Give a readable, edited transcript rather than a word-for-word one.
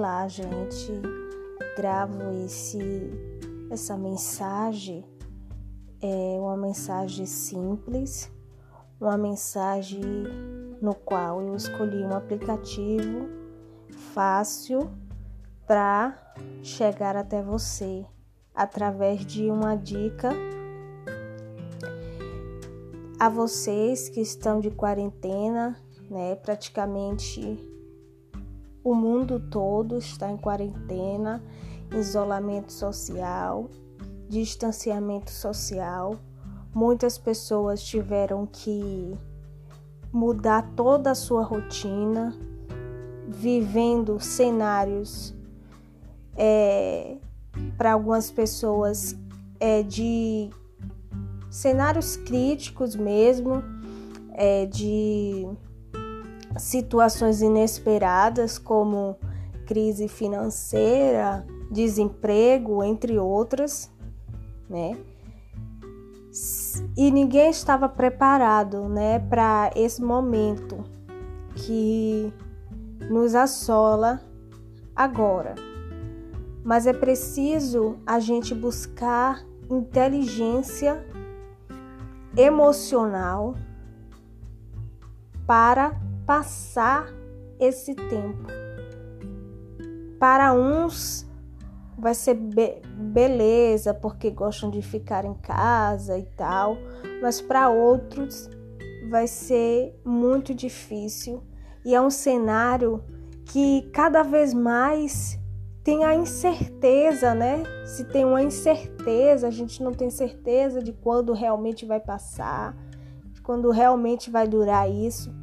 lá, gente, gravo essa mensagem. É uma mensagem simples, uma mensagem no qual eu escolhi um aplicativo fácil para chegar até você através de uma dica a vocês que estão de quarentena, né? Praticamente o mundo todo está em quarentena, isolamento social, distanciamento social. Muitas pessoas tiveram que mudar toda a sua rotina, vivendo cenários para algumas pessoas de cenários críticos mesmo, de situações inesperadas como crise financeira, desemprego, entre outras, né? E ninguém estava preparado, né, para esse momento que nos assola agora. Mas é preciso a gente buscar inteligência emocional para passar esse tempo. Para uns vai ser beleza, porque gostam de ficar em casa e tal, mas para outros vai ser muito difícil. E é um cenário que cada vez mais tem a incerteza, né? Se tem uma incerteza, a gente não tem certeza de quando realmente vai passar, de quando realmente vai durar isso.